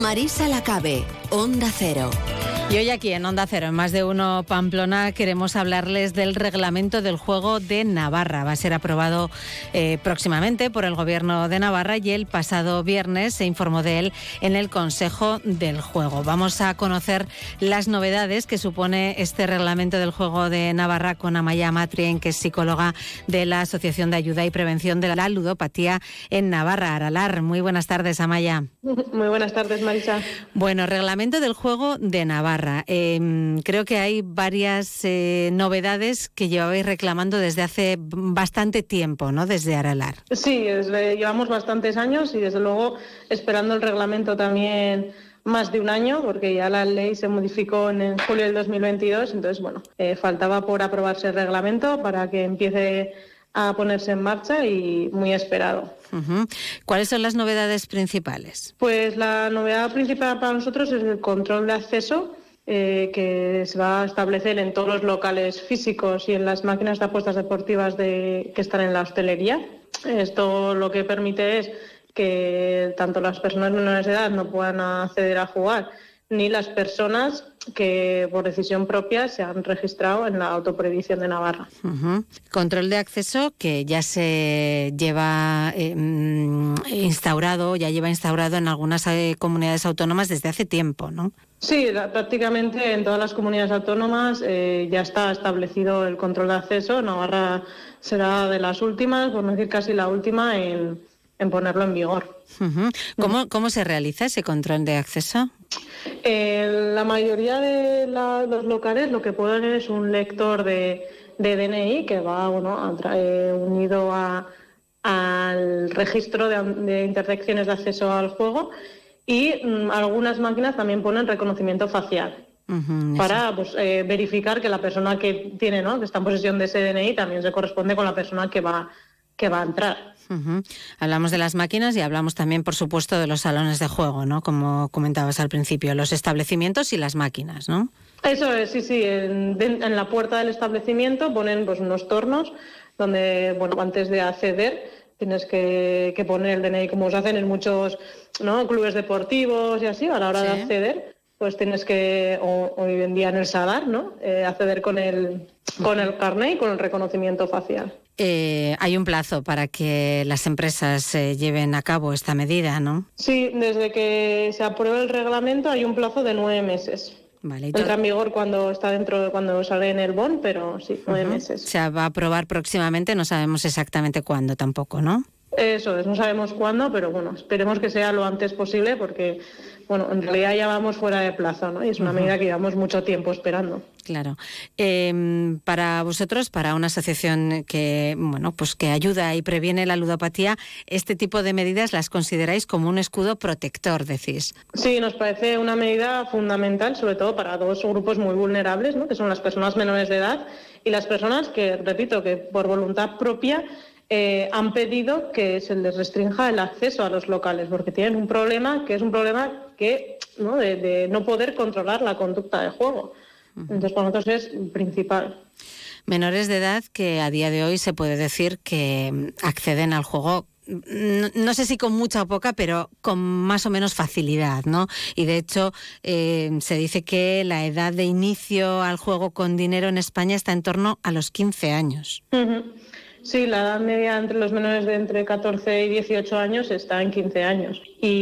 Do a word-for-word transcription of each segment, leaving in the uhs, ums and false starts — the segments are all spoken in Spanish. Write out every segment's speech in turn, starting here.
Marisa Lacabe, Onda Cero. Y hoy aquí en Onda Cero, en Más de Uno Pamplona, queremos hablarles del reglamento del juego de Navarra. Va a ser aprobado eh, próximamente por el Gobierno de Navarra y el pasado viernes se informó de él en el Consejo del Juego. Vamos a conocer las novedades que supone este reglamento del juego de Navarra con Amaya Matrien, que es psicóloga de la Asociación de Ayuda y Prevención de la Ludopatía en Navarra, Aralar. Muy buenas tardes, Amaya. Muy buenas tardes, Marisa. Bueno, reglamento del juego de Navarra. Eh, creo que hay varias eh, novedades que llevabais reclamando desde hace bastante tiempo, ¿no? Desde Aralar. Sí, desde, llevamos bastantes años y desde luego esperando el reglamento también más de un año, porque ya la ley se modificó en julio del dos mil veintidós, entonces bueno, eh, faltaba por aprobarse el reglamento para que empiece a ponerse en marcha y muy esperado. Uh-huh. ¿Cuáles son las novedades principales? Pues la novedad principal para nosotros es el control de acceso, eh, que se va a establecer en todos los locales físicos y en las máquinas de apuestas deportivas de, que están en la hostelería. Esto lo que permite es que tanto las personas menores de edad no puedan acceder a jugar, ni las personas que por decisión propia se han registrado en la autoprohibición de Navarra. Uh-huh. Control de acceso que ya se lleva eh, instaurado, ya lleva instaurado en algunas eh, comunidades autónomas desde hace tiempo, ¿no? Sí, la, prácticamente en todas las comunidades autónomas eh, ya está establecido el control de acceso. Navarra será de las últimas, por no decir casi la última, en, en ponerlo en vigor. Uh-huh. ¿Cómo, ¿Cómo se realiza ese control de acceso? Eh, la mayoría de la, los locales lo que pueden es un lector de, de D N I que va bueno, a traer, unido a, al registro de, de intersecciones de acceso al juego, y mm, algunas máquinas también ponen reconocimiento facial. Uh-huh, para pues, eh, verificar que la persona que tiene, ¿no? que está en posesión de ese D N I también se corresponde con la persona que va, que va a entrar. Uh-huh. Hablamos de las máquinas y hablamos también, por supuesto, de los salones de juego, ¿no? Como comentabas al principio, los establecimientos y las máquinas, ¿no? Eso es, sí, sí. En, en la puerta del establecimiento ponen pues, unos tornos donde, bueno, antes de acceder tienes que, que poner el D N I, como se hacen en muchos, ¿no? clubes deportivos y así, a la hora sí. de acceder, pues tienes que, o, hoy en día en el Sadar, ¿no? Eh, acceder con el, con el carnet y con el reconocimiento facial. Eh, hay un plazo para que las empresas eh, lleven a cabo esta medida, ¿no? Sí, desde que se apruebe el reglamento hay un plazo de nueve meses. Vale, entra en vigor cuando está dentro, cuando sale en el B O N, pero sí, nueve uh-huh. meses. Se va a aprobar próximamente, no sabemos exactamente cuándo tampoco, ¿no? Eso es, no sabemos cuándo, pero bueno, esperemos que sea lo antes posible porque, bueno, en realidad ya vamos fuera de plazo, ¿no? Y es una uh-huh. medida que llevamos mucho tiempo esperando. Claro. Eh, para vosotros, para una asociación que, bueno, pues que ayuda y previene la ludopatía, este tipo de medidas las consideráis como un escudo protector, decís. Sí, nos parece una medida fundamental, sobre todo para dos grupos muy vulnerables, ¿no? Que son las personas menores de edad y las personas que, repito, que por voluntad propia Eh, han pedido que se les restrinja el acceso a los locales porque tienen un problema que es un problema que, ¿no? De, de no poder controlar la conducta de juego. Entonces, para nosotros es principal. Menores de edad que a día de hoy se puede decir que acceden al juego, no, no sé si con mucha o poca, pero con más o menos facilidad, ¿no? Y de hecho eh, se dice que la edad de inicio al juego con dinero en España está en torno a los quince años. Uh-huh. Sí, la edad media entre los menores de entre catorce y dieciocho años está en quince años.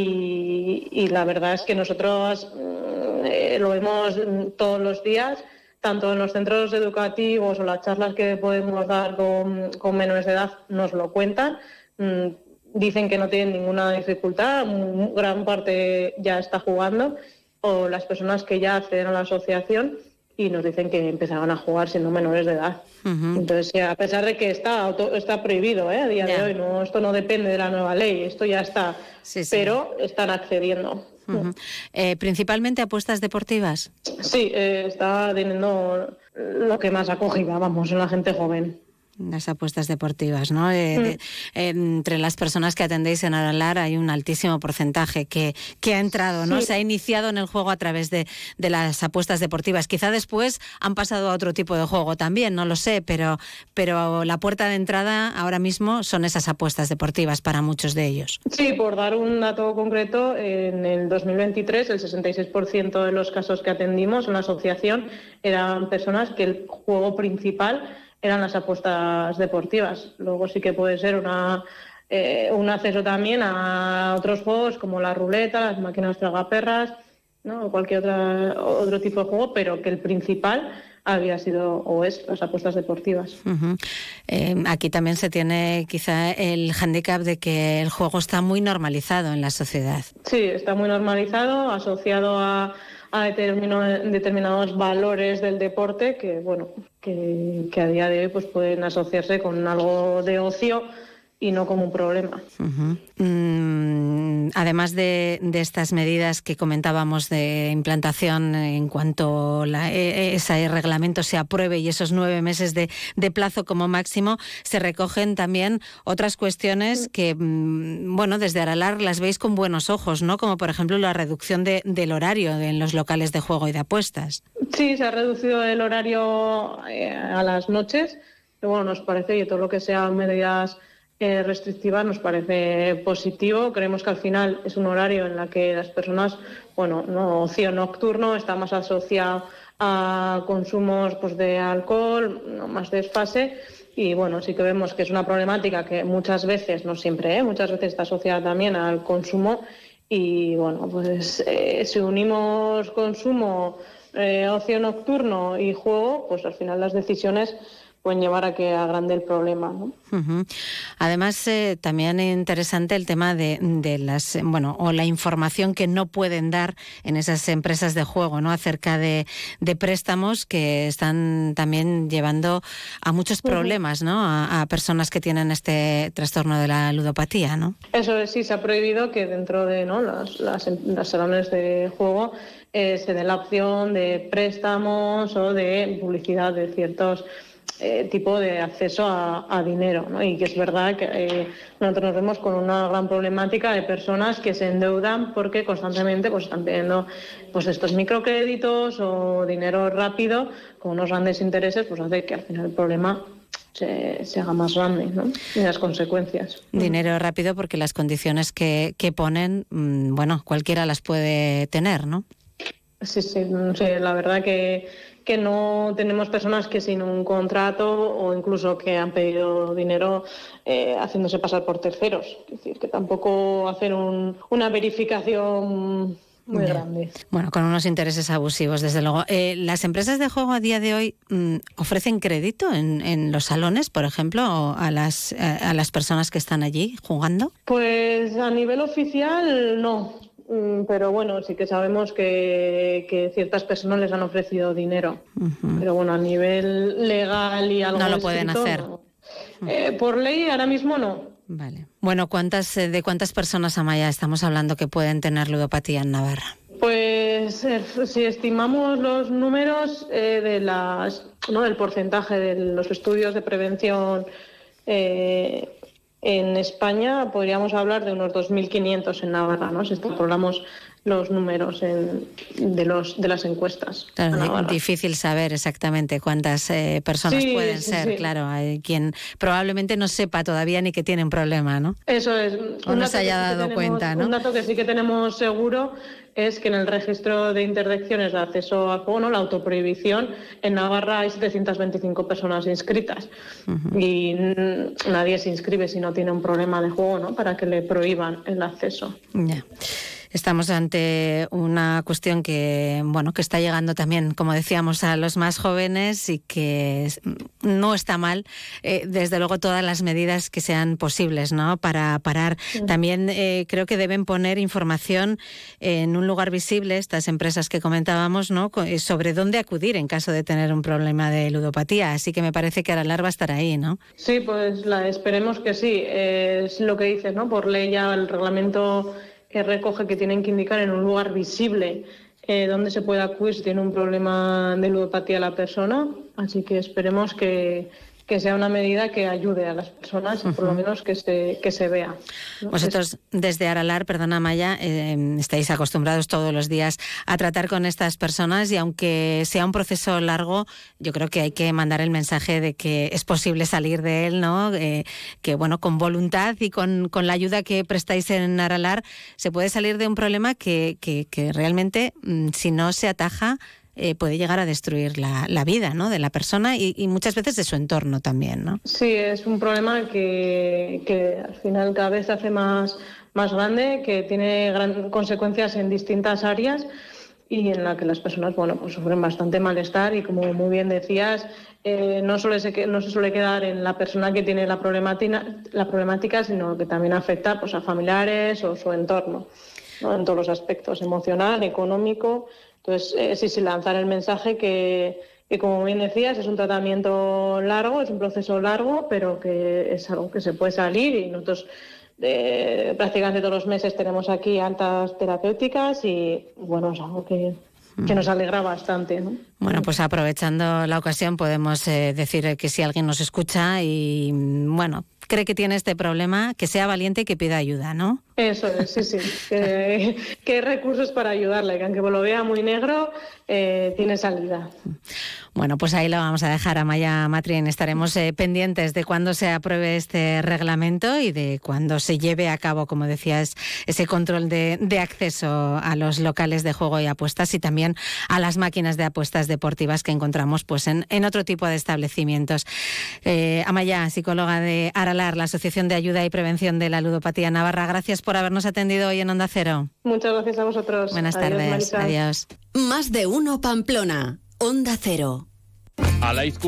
Y, y la verdad es que nosotros eh, lo vemos todos los días, tanto en los centros educativos o las charlas que podemos dar con, con menores de edad nos lo cuentan. Mm, dicen que no tienen ninguna dificultad, gran parte ya está jugando, o las personas que ya acceden a la asociación y nos dicen que empezaban a jugar siendo menores de edad. Uh-huh. Entonces, a pesar de que está auto, está prohibido ¿eh? a día yeah. de hoy, no, esto no depende de la nueva ley, esto ya está, sí, sí. pero están accediendo. Uh-huh. Eh, ¿Principalmente apuestas deportivas? Sí, eh, está teniendo lo que más acogida, vamos, en la gente joven. Las apuestas deportivas, ¿no? Eh, mm. de, eh, entre las personas que atendéis en Aralar hay un altísimo porcentaje que, que ha entrado, ¿no? Sí. Se ha iniciado en el juego a través de, de las apuestas deportivas. Quizá después han pasado a otro tipo de juego también, no lo sé, pero, pero la puerta de entrada ahora mismo son esas apuestas deportivas para muchos de ellos. Sí, por dar un dato concreto, en el dos mil veintitrés el sesenta y seis por ciento de los casos que atendimos en la asociación eran personas que el juego principal eran las apuestas deportivas. Luego sí que puede ser una, eh, un acceso también a otros juegos como la ruleta, las máquinas tragaperras, ¿no? O cualquier otra, otro tipo de juego, pero que el principal había sido o es las apuestas deportivas. Uh-huh. Eh, aquí también se tiene quizá el hándicap de que el juego está muy normalizado en la sociedad. Sí, está muy normalizado, asociado a a determino, determinados valores del deporte que bueno que, que a día de hoy pues pueden asociarse con algo de ocio y no como un problema. Uh-huh. Mm, además de, de estas medidas que comentábamos de implantación en cuanto la, ese reglamento se apruebe y esos nueve meses de, de plazo como máximo, se recogen también otras cuestiones que, mm, bueno, desde Aralar las veis con buenos ojos, ¿no? Como por ejemplo la reducción de, del horario en los locales de juego y de apuestas. Sí, se ha reducido el horario eh, a las noches, pero bueno, nos parece que todo lo que sea medidas Eh, restrictiva nos parece positivo. Creemos que al final es un horario en la que las personas, bueno, no ocio nocturno está más asociado a consumos pues de alcohol, no más desfase, y bueno, sí que vemos que es una problemática que muchas veces, no siempre, ¿eh? muchas veces está asociada también al consumo y bueno, pues eh, si unimos consumo, eh, ocio nocturno y juego, pues al final las decisiones pueden llevar a que agrande el problema, ¿no? Uh-huh. Además, eh, también es interesante el tema de, de las, bueno, o la información que no pueden dar en esas empresas de juego, ¿no? Acerca de, de préstamos que están también llevando a muchos problemas, ¿no? A, a personas que tienen este trastorno de la ludopatía, ¿no? Eso es, sí, se ha prohibido que dentro de, ¿no? las, las, las salones de juego eh, se dé la opción de préstamos o de publicidad de ciertos Eh, tipo de acceso a, a dinero, ¿no? Y que es verdad que eh, nosotros nos vemos con una gran problemática de personas que se endeudan porque constantemente pues están pidiendo pues estos microcréditos o dinero rápido con unos grandes intereses, pues hace que al final el problema se, se haga más grande, ¿no? Y las consecuencias. Dinero rápido porque las condiciones que, que ponen, mmm, bueno, cualquiera las puede tener, ¿no? Sí, sí, sí, la verdad que que no tenemos personas que sin un contrato o incluso que han pedido dinero eh, haciéndose pasar por terceros. Es decir, que tampoco hacen un, una verificación muy Bien. grande. Bueno, con unos intereses abusivos, desde luego. Eh, ¿Las empresas de juego a día de hoy mmm, ofrecen crédito en, en los salones, por ejemplo, a las, a las personas que están allí jugando? Pues a nivel oficial no. Pero bueno, sí que sabemos que, que ciertas personas les han ofrecido dinero. Uh-huh. Pero bueno, a nivel legal y algo no lo escrito, pueden hacer. No. Eh, por ley ahora mismo no. Vale. Bueno, ¿cuántas de cuántas personas, Amaya, estamos hablando que pueden tener ludopatía en Navarra? Pues eh, si estimamos los números eh, de las, ¿no? del porcentaje de los estudios de prevención eh, en España, podríamos hablar de unos dos mil quinientos en Navarra, ¿no? Si extrapolamos los números en, de los de las encuestas. Claro, difícil saber exactamente cuántas eh, personas sí, pueden sí, ser, sí. Claro, hay quien probablemente no sepa todavía ni que tiene un problema, ¿no? Eso es. O no se haya dado sí cuenta, ¿no? Un dato que sí que tenemos seguro es que en el registro de interdicciones de acceso al juego, ¿no? La autoprohibición, en Navarra hay setecientas veinticinco personas inscritas. Uh-huh. Y nadie se inscribe si no tiene un problema de juego, ¿no? Para que le prohíban el acceso. Ya. Yeah. Estamos ante una cuestión que, bueno, que está llegando también, como decíamos, a los más jóvenes y que no está mal, eh, desde luego todas las medidas que sean posibles, ¿no? Para parar. Sí. También eh, creo que deben poner información en un lugar visible, estas empresas que comentábamos, ¿no? Sobre dónde acudir en caso de tener un problema de ludopatía. Así que me parece que Aralar va a estar ahí, ¿no? Sí, pues la, esperemos que sí. Eh, es lo que dices, ¿no? Por ley ya el reglamento que recoge que tienen que indicar en un lugar visible eh, dónde se puede acudir si tiene un problema de ludopatía la persona. Así que esperemos que, que sea una medida que ayude a las personas, uh-huh. por lo menos que se, que se vea, ¿no? Vosotros desde Aralar, perdona Maya, eh, estáis acostumbrados todos los días a tratar con estas personas y aunque sea un proceso largo, yo creo que hay que mandar el mensaje de que es posible salir de él, ¿no? Eh, que bueno, con voluntad y con, con la ayuda que prestáis en Aralar se puede salir de un problema que, que, que realmente, si no se ataja, Eh, puede llegar a destruir la, la vida, ¿no?, de la persona y, y muchas veces de su entorno también, ¿no? Sí, es un problema que, que al final cada vez se hace más, más grande, que tiene gran, consecuencias en distintas áreas y en la que las personas, bueno, pues sufren bastante malestar y, como muy bien decías, eh, no, solo se, no se suele quedar en la persona que tiene la problemática, la problemática sino que también afecta, pues, a familiares o su entorno, ¿no?, en todos los aspectos, emocional, económico. Entonces, eh, sí, sí, lanzar el mensaje que, que, como bien decías, es un tratamiento largo, es un proceso largo, pero que es algo que se puede salir y nosotros eh, prácticamente todos los meses tenemos aquí altas terapéuticas y, bueno, es algo que, que nos alegra bastante, ¿no? Bueno, pues aprovechando la ocasión podemos eh, decir que si alguien nos escucha y, bueno, cree que tiene este problema, que sea valiente y que pida ayuda, ¿no? Eso es, sí, sí. que, que hay recursos para ayudarle, que aunque lo vea muy negro, eh, tiene salida. Bueno, pues ahí lo vamos a dejar. Amaya Matrín, estaremos eh, pendientes de cuándo se apruebe este reglamento y de cuándo se lleve a cabo, como decías, ese control de, de acceso a los locales de juego y apuestas y también a las máquinas de apuestas deportivas que encontramos pues en, en otro tipo de establecimientos. Eh, Amaya, psicóloga de Aralar, la Asociación de Ayuda y Prevención de la Ludopatía Navarra, gracias por habernos atendido hoy en Onda Cero. Muchas gracias a vosotros. Buenas Adiós, tardes. Marisa. Adiós. Más de uno Pamplona. Onda Cero. A la